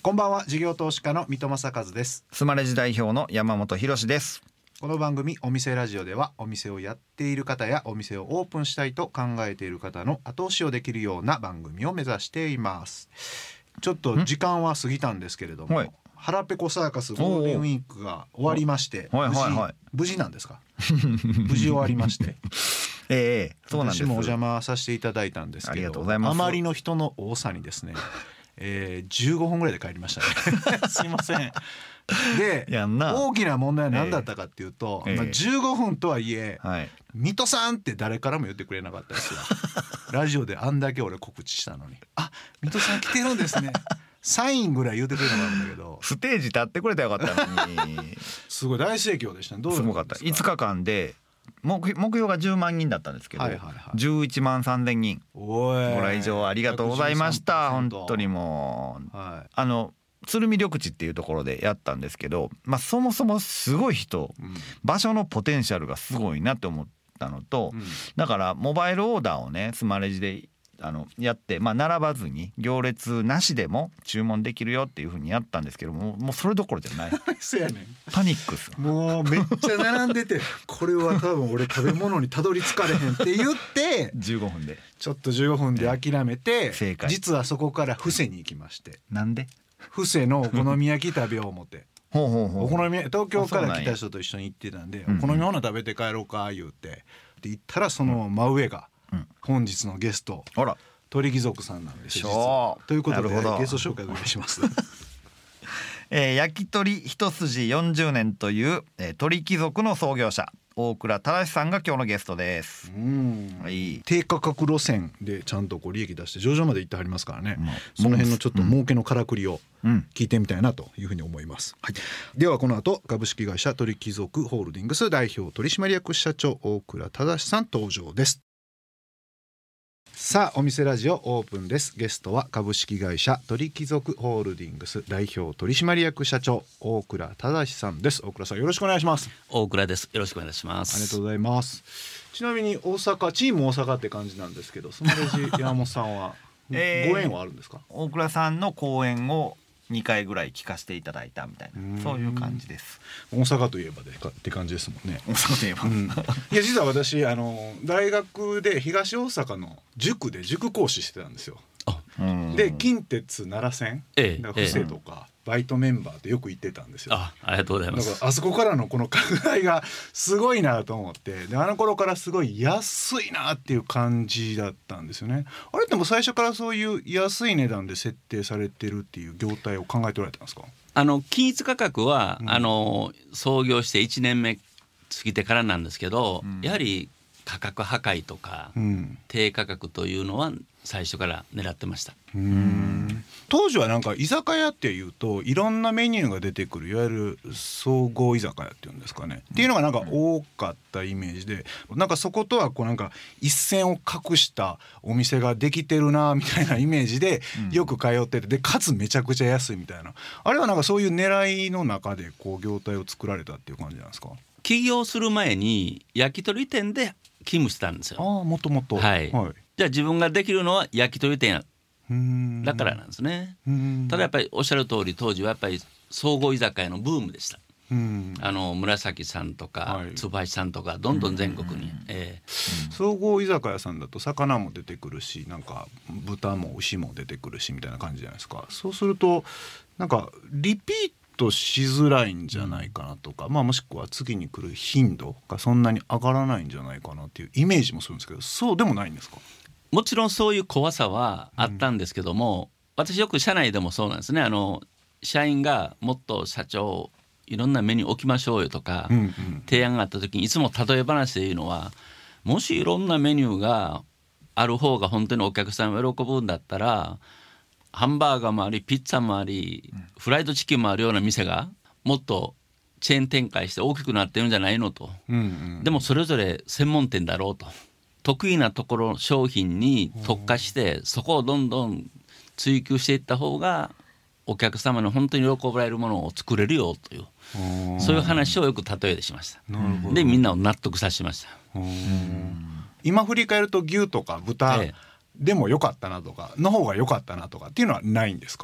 こんばんは。事業投資家の三戸正和です。 スマレジ代表の山本博です。 この番組お店ラジオでは、お店をやっている方やお店をオープンしたいと考えている方の後押しをできるような番組を目指しています。ちょっと時間は過ぎたんですけれども、腹ペコサーカスゴールデンウィークが終わりまして、無事なんですか？無事終わりましてそうなんです。 私もお邪魔させていただいたんですけど、あまりの人の多さにですね、15分ぐらいで帰りましたねすいません。で、大きな問題は何だったかっていうと、15分とはいえ、水戸さんって誰からも言ってくれなかったですよラジオであんだけ俺告知したのに、あ、水戸さん来てるんですねサインぐらい言ってくれなかったんだけど、 ステージ立ってくれたらよかったのにすごい大盛況でしたね。どうすごかった。5日間で目標が10万人だったんですけど、11万3000人ご来場ありがとうございました。本当にもう、鶴見緑地っていうところでやったんですけど、そもそもすごい人、場所のポテンシャルがすごいなって思ったのと、だからモバイルオーダーをね、スマレジでやって、並ばずに行列なしでも注文できるよっていう風にやったんですけども、もうそれどころじゃないそうやねん、 パニックっす。 もうめっちゃ並んでてこれは多分俺食べ物にたどり着かれへんって言って 15分でちょっと15分で諦めて、実はそこから布施に行きまして、 なんで布施のお好み焼き食べよう思ってお好み東京から来た人と一緒に行ってたんで、お好み物食べて帰ろうか言うてで行ったら、その真上が本日のゲスト、鳥貴族さんなんですよ。ということでゲスト紹介お願いします焼き鳥一筋40年という、鳥貴族の創業者大倉忠さんが今日のゲストです。 低価格路線でちゃんとこう利益出して上場まで行ってはりますからね、その辺のちょっと儲けのからくりを聞いてみたいなというふうに思います。ではこの後、株式会社鳥貴族ホールディングス代表取締役社長大倉忠さん登場です。さあ、お店ラジオオープンです。ゲストは株式会社鳥貴族ホールディングス代表取締役社長大倉忠さんです。大倉さん、よろしくお願いします。 大倉です。よろしくお願いします。 ありがとうございます。ちなみに大阪チーム大阪って感じなんですけど、スマレジ山本さんはご縁はあるんですか？ 大倉さんの講演を2回ぐらい聞かせていただいたみたいな、そういう感じです。 大阪といえばでって感じですもんね。 大阪といえば、 いや実は私大学で東大阪の塾で塾講師してたんですよ。で近鉄奈良線、布施とかバイトメンバーでよく行ってたんですよ。 ありがとうございます。 だからあそこからのこの拡大がすごいなと思って、であの頃からすごい安いなっていう感じだったんですよね。あれっても最初からそういう安い値段で設定されてるっていう業態を考えておられたんですか？ 均一価格は、創業して1年目過ぎてからなんですけど、やはり価格破壊とか、低価格というのは最初から狙ってました。 当時はなんか居酒屋っていうといろんなメニューが出てくる、いわゆる総合居酒屋っていうんですかね、っていうのがなんか多かったイメージで、なんかそことはこうなんか一線を画したお店ができてるなみたいなイメージでよく通ってて、でかつめちゃくちゃ安いみたいな、あれはなんかそういう狙いの中でこう業態を作られたっていう感じなんですか？ 起業する前に焼き鳥店で勤務してたんですよ。 もともと。じゃあ自分ができるのは焼き鳥店だからなんですね。ただやっぱりおっしゃる通り、当時はやっぱり総合居酒屋のブームでした。紫さんとかつばしさんとかどんどん全国に、 総合居酒屋さんだと魚も出てくるし、なんか豚も牛も出てくるしみたいな感じじゃないですか。そうするとなんかリピートしづらいんじゃないかなとか、もしくは次に来る頻度がそんなに上がらないんじゃないかなっていうイメージもするんですけど、そうでもないんですか？ もちろんそういう怖さはあったんですけども、私よく社内でもそうなんですね。社員がもっと社長いろんなメニュー置きましょうよとか、提案があった時にいつも例え話で言うのは、もしいろんなメニューがある方が本当にお客さんが喜ぶんだったら、ハンバーガーもありピッツァもありフライドチキンもあるような店がもっとチェーン展開して大きくなってるんじゃないのと、でもそれぞれ専門店だろうと、得意なところ商品に特化してそこをどんどん追求していった方がお客様の本当に喜ばれるものを作れるよという、そういう話をよく例えでしました。でみんなを納得させました。 今振り返ると牛とか豚でも良かったなとかの方が良かったなとかっていうのはないんですか？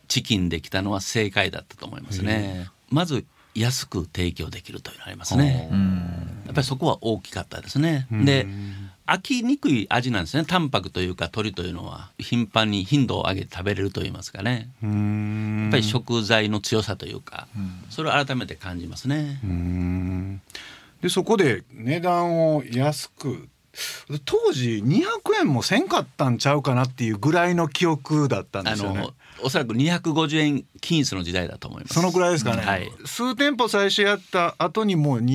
チキンできたのは正解だったと思いますね。まず安く提供できるというのがありますね。やっぱりそこは大きかったですね。で飽きにくい味なんですね。淡白というか鶏というのは頻繁に頻度を上げて食べれるといいますかね。やっぱり食材の強さというか、それを改めて感じますね。 でそこで値段を安く、当時200円もせんかったんちゃうかなっていうぐらいの記憶だったんですよね。 おそらく250円均一の時代だと思います。 そのぐらいですかね、数店舗最初やった後にもう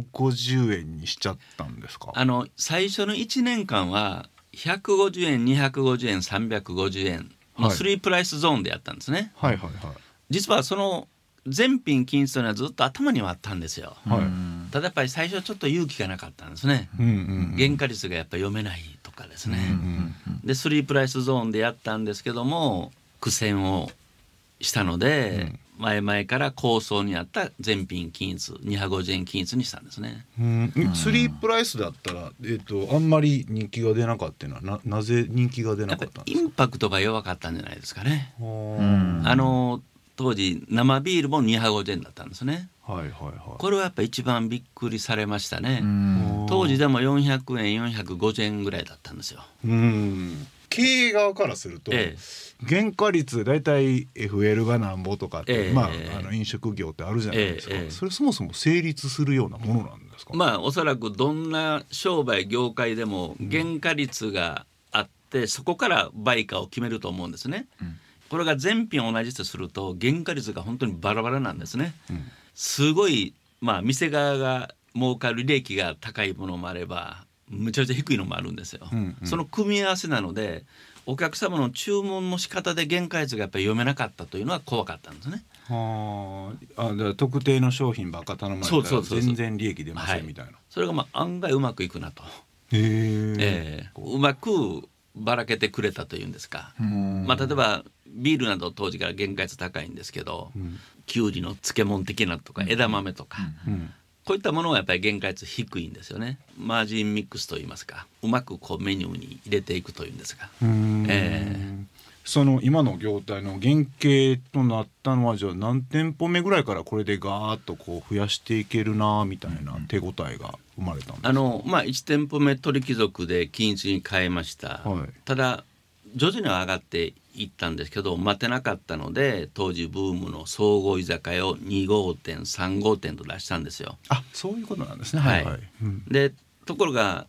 250円にしちゃったんですか。 最初の1年間は150円250円350円の3プライスゾーンでやったんですね。実はその全品均一というのはずっと頭にはあったんですよ。ただやっぱり最初はちょっと勇気がなかったんですね。原価率がやっぱり読めないとかですね。で3プライスゾーンでやったんですけども苦戦をしたので、前々から構想にあった全品均一250円均一にしたんですね。 3プライスだったら、あんまり人気が出なかったのは なぜ人気が出なかったんですか。 インパクトが弱かったんじゃないですかね。当時生ビールも250円だったんですね。これはやっぱ一番びっくりされましたね。当時でも400円450円ぐらいだったんですよ。 経営側からすると、原価率だいたい FL がなんぼとかって、飲食業ってあるじゃないですか。それそもそも成立するようなものなんですか。 おそらくどんな商売業界でも原価率があって、そこから売価を決めると思うんですね。これが全品同じとすると原価率が本当にバラバラなんですね。すごい店側が儲かる利益が高いものもあればむちゃくちゃ低いのもあるんですよ。その組み合わせなのでお客様の注文の仕方で原価率がやっぱり読めなかったというのは怖かったんですね。 だから特定の商品ばっか頼まれたら全然利益出ませんみたいな。 それが案外うまくいくなと。うまくばらけてくれたというんですか。例えばビールなど当時から原価率高いんですけど、きゅうりの漬物的なとか枝豆とか、こういったものはやっぱり原価率低いんですよね。マージンミックスといいますか、うまくメニューに入れていくというんですか。 その今の業態の原型となったのはじゃあ何店舗目ぐらいからこれでガーッとこう増やしていけるなみたいな手応えが生まれたんですか。 1店舗目鳥貴族で均一に変えました。ただ徐々には上がっていったんですけど待てなかったので当時ブームの総合居酒屋を2号店3号店と出したんですよ。 そういうことなんですね。 でところが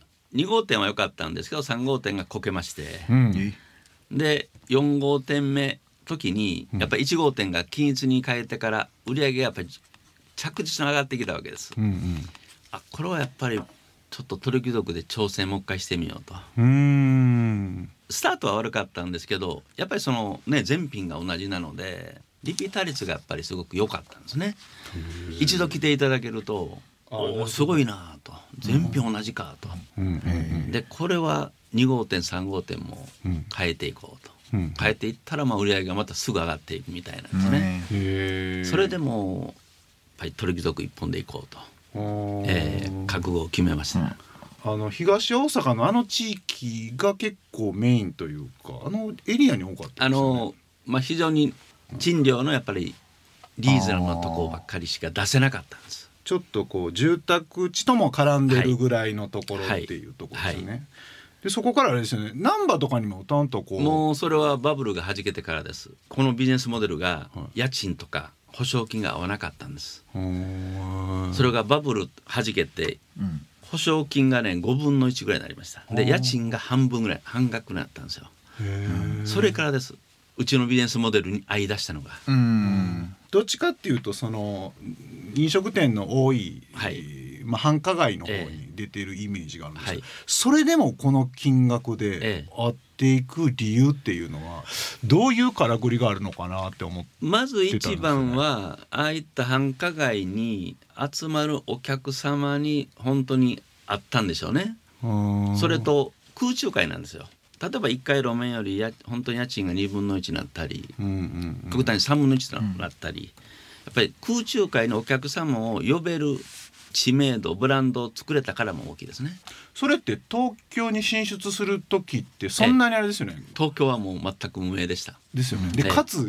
2号店は良かったんですけど3号店がこけまして、で4号店目時にやっぱり1号店が均一に変えてから売り上げがやっぱり着実に上がってきたわけです。これはやっぱりちょっと鳥貴族で挑戦もう一回してみようと。スタートは悪かったんですけどやっぱりそのね全品が同じなのでリピーター率がやっぱりすごく良かったんですね。一度来ていただけるとすごいなと、全品同じかと。でこれは2号店3号店も変えていこうと、変えていったら売り上げがまたすぐ上がっていくみたいなんですね。それでもやっぱり鳥貴族一本でいこうと、覚悟を決めました。 東大阪のあの地域が結構メインというかエリアに多かったですよね。 非常に賃料のやっぱりリーズナブルなところばっかりしか出せなかったんです。 ちょっとこう住宅地とも絡んでるぐらいのところっていうところですね。でそこからあれですよね、難波とかにもたんとこうもうそれはバブルがはじけてからです。このビジネスモデルが家賃とか保証金が合わなかったんです。それがバブルはじけて、保証金がね5分の1ぐらいになりました。で家賃が半分ぐらい半額になったんですよ。それからです、うちのビジネスモデルに合い出したのが。 どっちかっていうとその飲食店の多い、繁華街の方に出てるイメージがあるんですけど、それでもこの金額で合っていく理由っていうのはどういうからくりがあるのかなって思ってたんですよね。 まず一番はああいった繁華街に集まるお客様に本当にあったんでしょうね。それと空中会なんですよ。例えば1階路面より本当に家賃が2分の1になったり、極端に3分の1になったり、やっぱり空中会のお客様を呼べる知名度ブランドを作れたからも大きいですね。 それって東京に進出する時ってそんなにあれですよね。 東京はもう全く無名でした。 ですよね。でかつ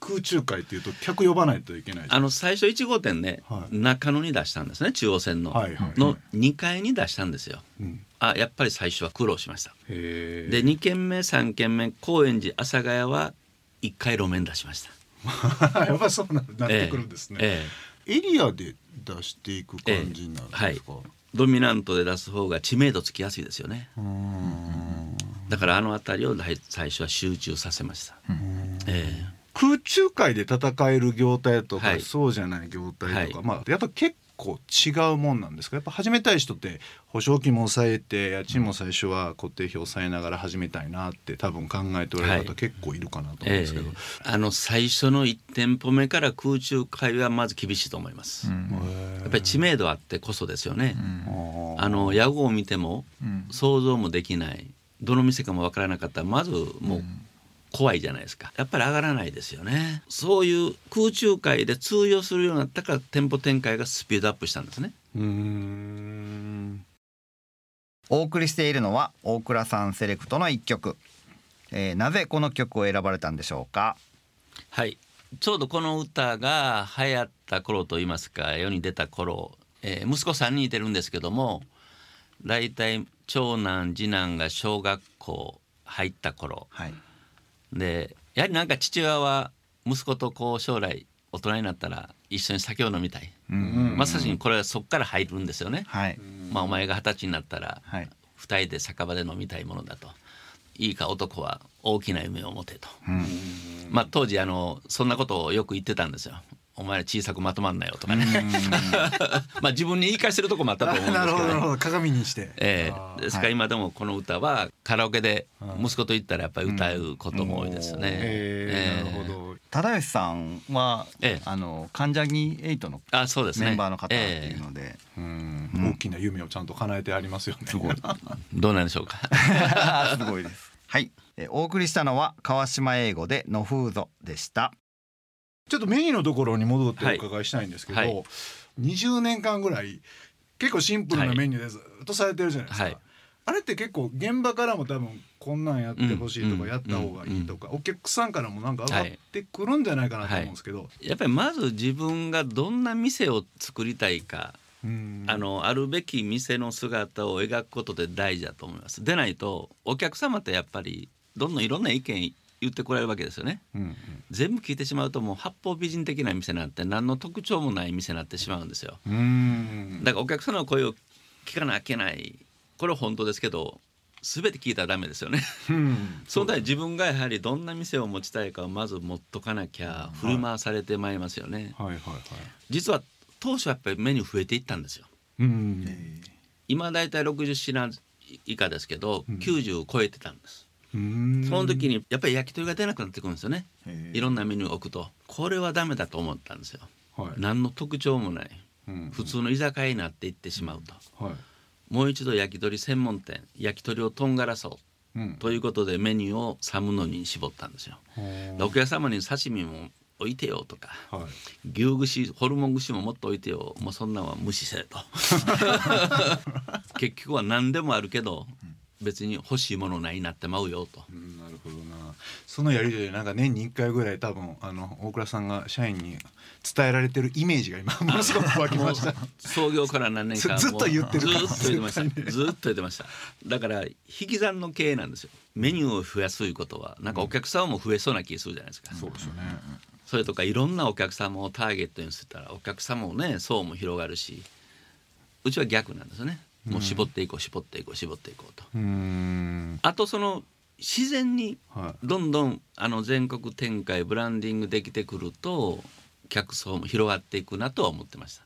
空中会っていうと客呼ばないといけない。 最初1号店ね、中野に出したんですね、中央線の、の2階に出したんですよ。やっぱり最初は苦労しました。で2軒目3軒目高円寺阿佐ヶ谷は1回路面出しました。 やっぱりそうなってくるんですね。エリアで出していく感じになるんですか。 ドミナントで出す方が知名度つきやすいですよね。だから辺りを最初は集中させました。 空中会で戦える業態とか、そうじゃない業態とか、やっぱ結構違うもんなんですか。やっぱ始めたい人って保証金も抑えて家賃も最初は固定費抑えながら始めたいなって多分考えておられる方結構いるかなと思うんですけど、 最初の1店舗目から空中会はまず厳しいと思います。やっぱり知名度あってこそですよね。屋号を見ても想像もできない、どの店かもわからなかったらまずもう怖いじゃないですか。やっぱり上がらないですよね。そういう空中会で通用するようになったから店舗展開がスピードアップしたんですね。 お送りしているのは大倉さんセレクトの一曲、なぜこの曲を選ばれたんでしょうか。 はい、ちょうどこの歌が流行った頃といいますか、世に出た頃、息子3人いてるんですけども、だいたい長男次男が小学校入った頃、でやはりなんか父親は息子と将来大人になったら一緒に酒を飲みたい、まさしにこれはそこから入るんですよね。お前が20歳になったら2人で酒場で飲みたいものだと、いいか男は大きな夢を持てと、当時そんなことをよく言ってたんですよ。お前ら小さくまとまんなよとかね自分に言い返してるとこもあったと思うんですけど、 なるほど鏡にして、 ですから今でもこの歌はカラオケで息子と言ったらやっぱり歌うことも多いですよね。 なるほど。忠義さんは関ジャニ∞のメンバーの方っていうので、 大きな夢をちゃんと叶えてありますよね。 すごいどうなんでしょうかすごいです。はい、お送りしたのは川島英語でのフーゾでした。 ちょっとメニューのところに戻ってお伺いしたいんですけど、20年間ぐらい結構シンプルなメニューでずっとされてるじゃないですか。あれって結構現場からも多分こんなんやってほしいとか、やった方がいいとか、お客さんからもなんか上がってくるんじゃないかなと思うんですけど、 やっぱりまず自分がどんな店を作りたいか、あるべき店の姿を描くことで大事だと思います。でないとお客様ってやっぱりどんどんいろんな意見言ってこられるわけですよね。全部聞いてしまうともう八方美人的な店なんて何の特徴もない店になってしまうんですよ。だからお客様の声を聞かなきゃいけない、これは本当ですけど全て聞いたらダメですよね。そのため自分がやはりどんな店を持ちたいかをまず持っとかなきゃ振り回されてまいりますよね。実は当初はやっぱりメニュー増えていったんですよ。今だいたい60品以下ですけど、90を超えてたんです。その時にやっぱり焼き鳥が出なくなってくるんですよね。いろんなメニューを置くとこれはダメだと思ったんですよ。何の特徴もない、普通の居酒屋になっていってしまうと、もう一度焼き鳥専門店、焼き鳥をとんがらそう、ということでメニューをサムノに絞ったんですよ。お客様に刺身も置いてよとか、牛串ホルモン串ももっと置いてよ、もうそんなんは無視せと結局は何でもあるけど別に欲しいものないなってまうよと。 なるほどな。そのやり取りでなんか年に1回ぐらい多分大倉さんが社員に伝えられてるイメージが今ものすごく湧きました創業から何年間もずっと言ってるからずっと言ってました、ずっと言ってました。だから引き算の経営なんですよ。メニューを増やすということはなんかお客様も増えそうな気がするじゃないですか。 そうですよね。 それとかいろんなお客様をターゲットにしたらお客様もね層も広がるし、うちは逆なんですよね。もう絞っていこう絞っていこう絞っていこうと。あとその自然にどんどん全国展開ブランディングできてくると客層も広がっていくなとは思ってました。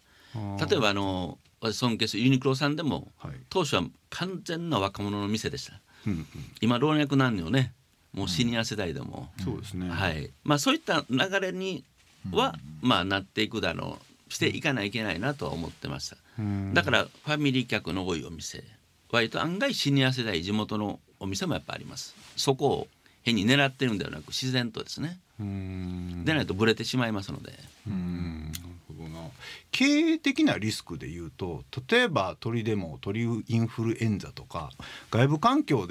例えば私尊敬するユニクロさんでも、当初は完全な若者の店でした。今老若男女ね、もうシニア世代でも、 そうですね。 そういった流れにはなっていくだろうしていかないといけないなとは思ってました。だからファミリー客の多いお店、割と案外シニア世代地元のお店もやっぱあります。そこを変に狙ってるんではなく自然とですね。でないとブレてしまいますので。 なるほどな。経営的なリスクでいうと、例えば鳥でも鳥インフルエンザとか外部環境で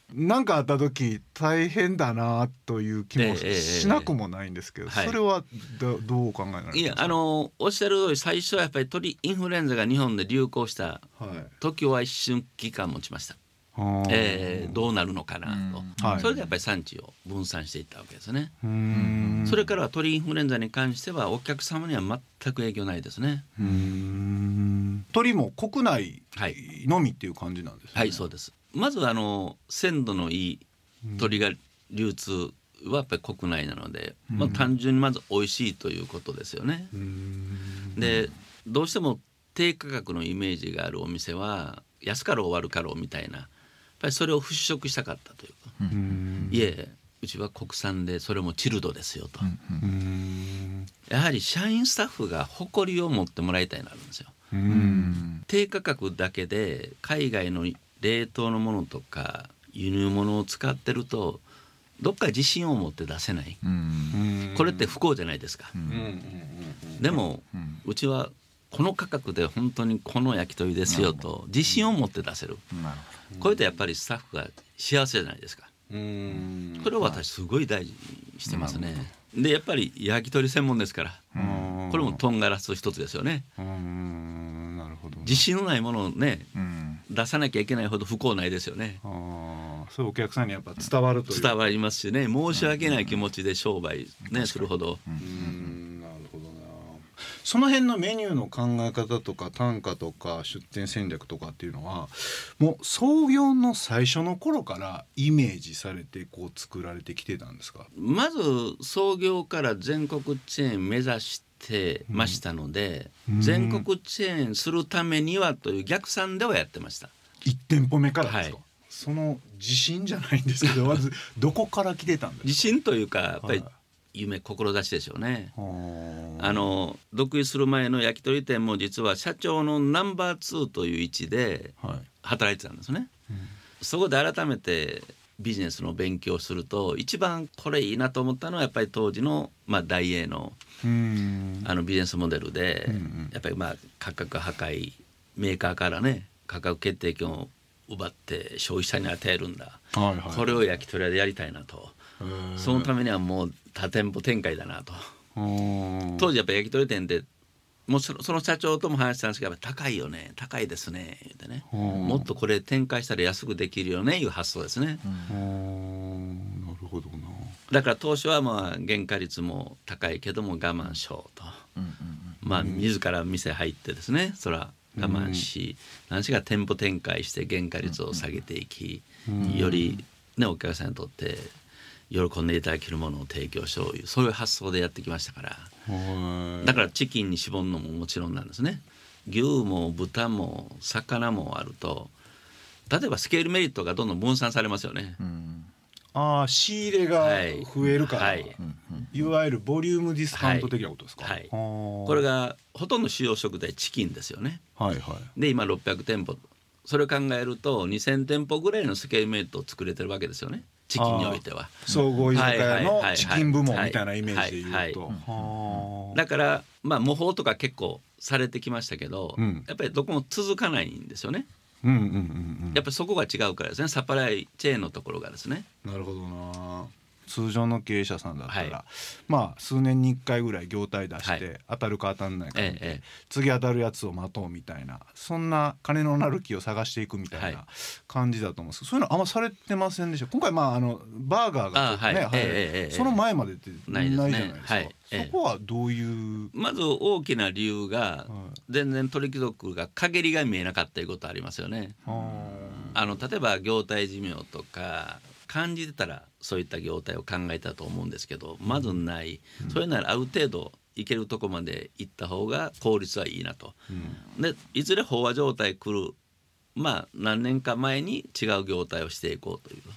なんかあった時大変だなという気もしなくもないんですけど、それはどうお考えになりますか？ いやおっしゃる通り最初はやっぱり鳥インフルエンザが日本で流行した時は一瞬期間持ちました。どうなるのかなと、それでやっぱり産地を分散していったわけですね。それからは鳥インフルエンザに関してはお客様には全く影響ないですね。 鳥も国内のみっていう感じなんですね。 はい、そうです。まず鮮度のいい鳥が流通はやっぱり国内なので、単純にまず美味しいということですよね。でどうしても低価格のイメージがあるお店は安かろう悪かろうみたいな、やっぱりそれを払拭したかったというか、いえうちは国産でそれもチルドですよと、やはり社員スタッフが誇りを持ってもらいたいなるんですよ。低価格だけで海外の冷凍のものとか輸入物を使ってるとどっか自信を持って出せない、これって不幸じゃないですか。でもうちはこの価格で本当にこの焼き鳥ですよと自信を持って出せる。これでやっぱりスタッフが幸せじゃないですか。これを私すごい大事にしてますね。でやっぱり焼き鳥専門ですから、これもとんがらす一つですよね。 なるほど。 自信のないものをね、出さなきゃいけないほど不幸ないですよね。 そういうお客さんにやっぱ伝わるという、 伝わりますしね、申し訳ない気持ちで商売ねするほど。 なるほどな。その辺のメニューの考え方とか単価とか出店戦略とかっていうのはもう創業の最初の頃からイメージされてこう作られてきてたんですか？ まず創業から全国チェーン目指してましたので、全国チェーンするためにはという逆算ではやってました。 1店舗目からですか？その自信じゃないんですけどまずどこから来てたんですか？ 自信というかやっぱり夢志でしょうね。独立する前の焼き鳥店も実は社長のナンバー2という位置で働いてたんですね。そこで改めてビジネスの勉強をすると一番これいいなと思ったのはやっぱり当時のダイエーのビジネスモデルで、やっぱり価格破壊、メーカーからね価格決定権を奪って消費者に与えるんだ、これを焼き鳥屋でやりたいなと。そのためにはもう多店舗展開だなと。当時やっぱ焼き鳥店でもうその社長とも話したんですけど、やっぱ高いよね、高いですね言ってね、もっとこれ展開したら安くできるよねいう発想ですね。 なるほどな。 だから当初は原価率も高いけども我慢しようと、自ら店入ってですね、そら我慢し、何しか店舗展開して原価率を下げていき、よりねお客さんにとって喜んでいただけるものを提供しよういう、そういう発想でやってきましたから。だからチキンに絞るのももちろんなんですね。牛も豚も魚もあると、例えばスケールメリットがどんどん分散されますよね。 仕入れが増えるから、いわゆるボリュームディスカウント的なことですか？ これがほとんど主要食材チキンですよね。で今600店舗、それを考えると2000店舗ぐらいのスケールメリットを作れてるわけですよね、チキンにおいては。 総合居酒屋のチキン部門みたいなイメージで言うと、 だから模倣とか結構されてきましたけど、やっぱりどこも続かないんですよね。やっぱりそこが違うからですね、サプライチェーンのところがですね。 なるほどな。通常の経営者さんだったら、数年に1回ぐらい業態出して、当たるか当たんないか見て、次当たるやつを待とうみたいな、そんな金のなる木を探していくみたいな感じだと思うんですけど、そういうのあんまされてませんでした？今回バーガーがね、その前までってないじゃないですか。そこはどういう？まず大きな理由が、全然鳥貴族が陰りが見えなかったということありますよね。例えば業態寿命とか感じてたらそういった業態を考えたと思うんですけど、まずない。それならある程度いけるとこまで行った方が効率はいいなと。でいずれ飽和状態来る、何年か前に違う業態をしていこうという、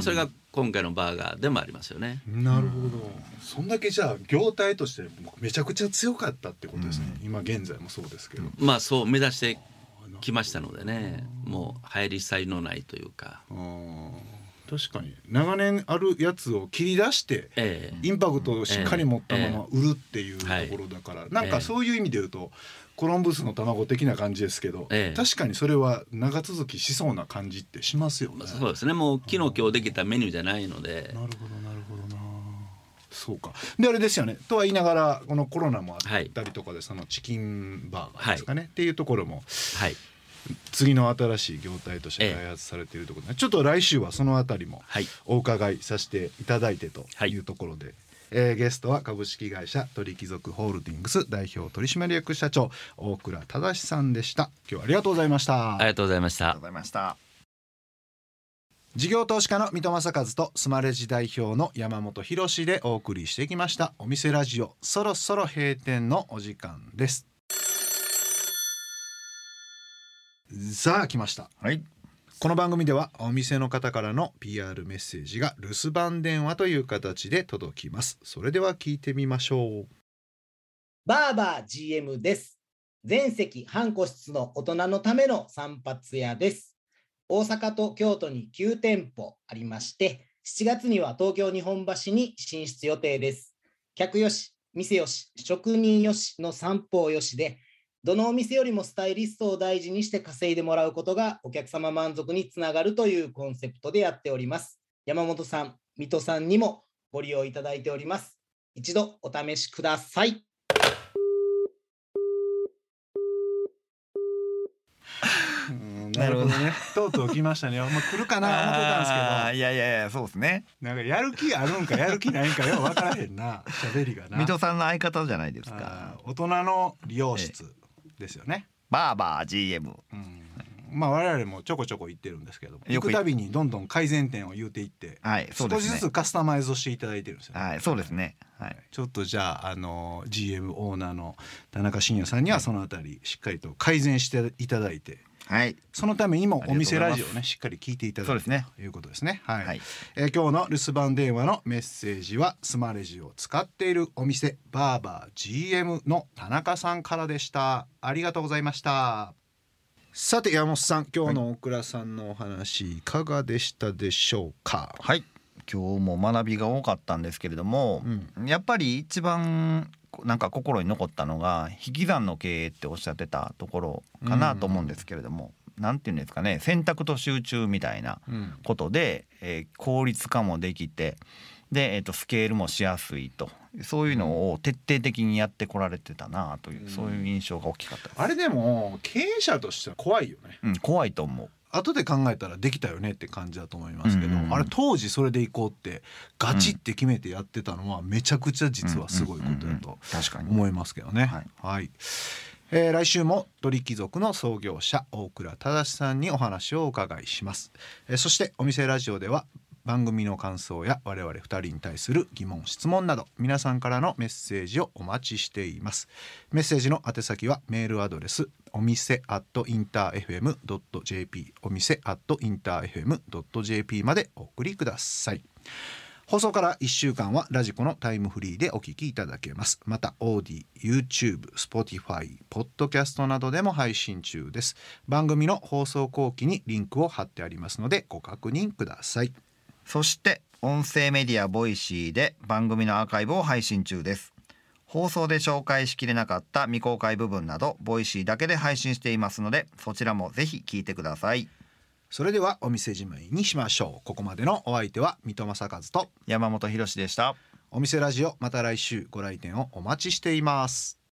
それが今回のバーガーでもありますよね。 なるほど。そんだけじゃあ業態としてめちゃくちゃ強かったってことですね。今現在もそうですけど、 そう目指してきましたのでね、もう入り才のないというか。 確かに長年あるやつを切り出して、インパクトをしっかり持ったまま売るっていうところだから、なんかそういう意味で言うとコロンブスの卵的な感じですけど、確かにそれは長続きしそうな感じってしますよね。 そうですね。もう昨日今日できたメニューじゃないので。 なるほどなるほどな。そうか。であれですよね。とは言いながらこのコロナもあったりとかで、そのチキンバーガーですかね、っていうところも、次の新しい業態として開発されているところで、ちょっと来週はそのあたりもお伺いさせていただいてというところで、ゲストは株式会社鳥貴族ホールディングス代表取締役社長大倉忠さんでした。今日はありがとうございました。 ありがとうございました。 事業投資家の三戸正和とスマレジ代表の山本博でお送りしてきましたお店ラジオ、そろそろ閉店のお時間です。さあ来ました、この番組ではお店の方からの PR メッセージが留守番電話という形で届きます。それでは聞いてみましょう。 バーバー GM です。全席半個室の大人のための散髪屋です。大阪と京都に9店舗ありまして、7月には東京日本橋に進出予定です。客よし、店よし、職人よしの三方よしで、どのお店よりもスタイリストを大事にして稼いでもらうことがお客様満足につながるというコンセプトでやっております。山本さん、水戸さんにもご利用いただいております。一度お試しください。 なるほどね。とうとう来ましたね。来るかな思ってたんですけど。 いやそうですね。 なんかやる気あるんかやる気ないんかよ分からへんな。喋りがな。 水戸さんの相方じゃないですか。 大人の理容室ですよね。 バーバー GM。 我々もちょこちょこ行ってるんですけど、行くたびにどんどん改善点を言うていって、少しずつカスタマイズをしていただいてるんですよね。 そうですね。 ちょっとじゃあGM オーナーの田中伸也さんにはそのあたりしっかりと改善していただいて。そのためにもお店ラジオをねしっかり聞いていただくということですね。今日の留守番電話のメッセージはスマレジを使っているお店バーバー GM の田中さんからでした。ありがとうございました。さて山本さん、今日の大倉さんのお話いかがでしたでしょうか。 今日も学びが多かったんですけれども、やっぱり一番なんか心に残ったのが引き算の経営っておっしゃってたところかなと思うんですけれども、なんていうんですかね、選択と集中みたいなことで、効率化もできてで、スケールもしやすいと、そういうのを徹底的にやってこられてたなという、そういう印象が大きかったです。 あれでも経営者としては怖いよね。 怖いと思う。 後で考えたらできたよねって感じだと思いますけど、あれ当時それでいこうってガチって決めてやってたのはめちゃくちゃ実はすごいことだと思いますけどね。来週も鳥貴族の創業者大倉忠さんにお話をお伺いします。そしてお店ラジオでは番組の感想や我々2人に対する疑問質問など皆さんからのメッセージをお待ちしています。メッセージの宛先はメールアドレスお店@interfm.jp お店@interfm.jp までお送りください。放送から1週間はラジコのタイムフリーでお聞きいただけます。また Audi、YouTube、Spotify、Podcast などでも配信中です。番組の放送後期にリンクを貼ってありますのでご確認ください。 そして音声メディアボイシーで番組のアーカイブを配信中です。放送で紹介しきれなかった未公開部分などボイシーだけで配信していますので、そちらもぜひ聞いてください。 それではお店じまいにしましょう。ここまでのお相手は水戸正和と山本博でした。 お店ラジオ、また来週ご来店をお待ちしています。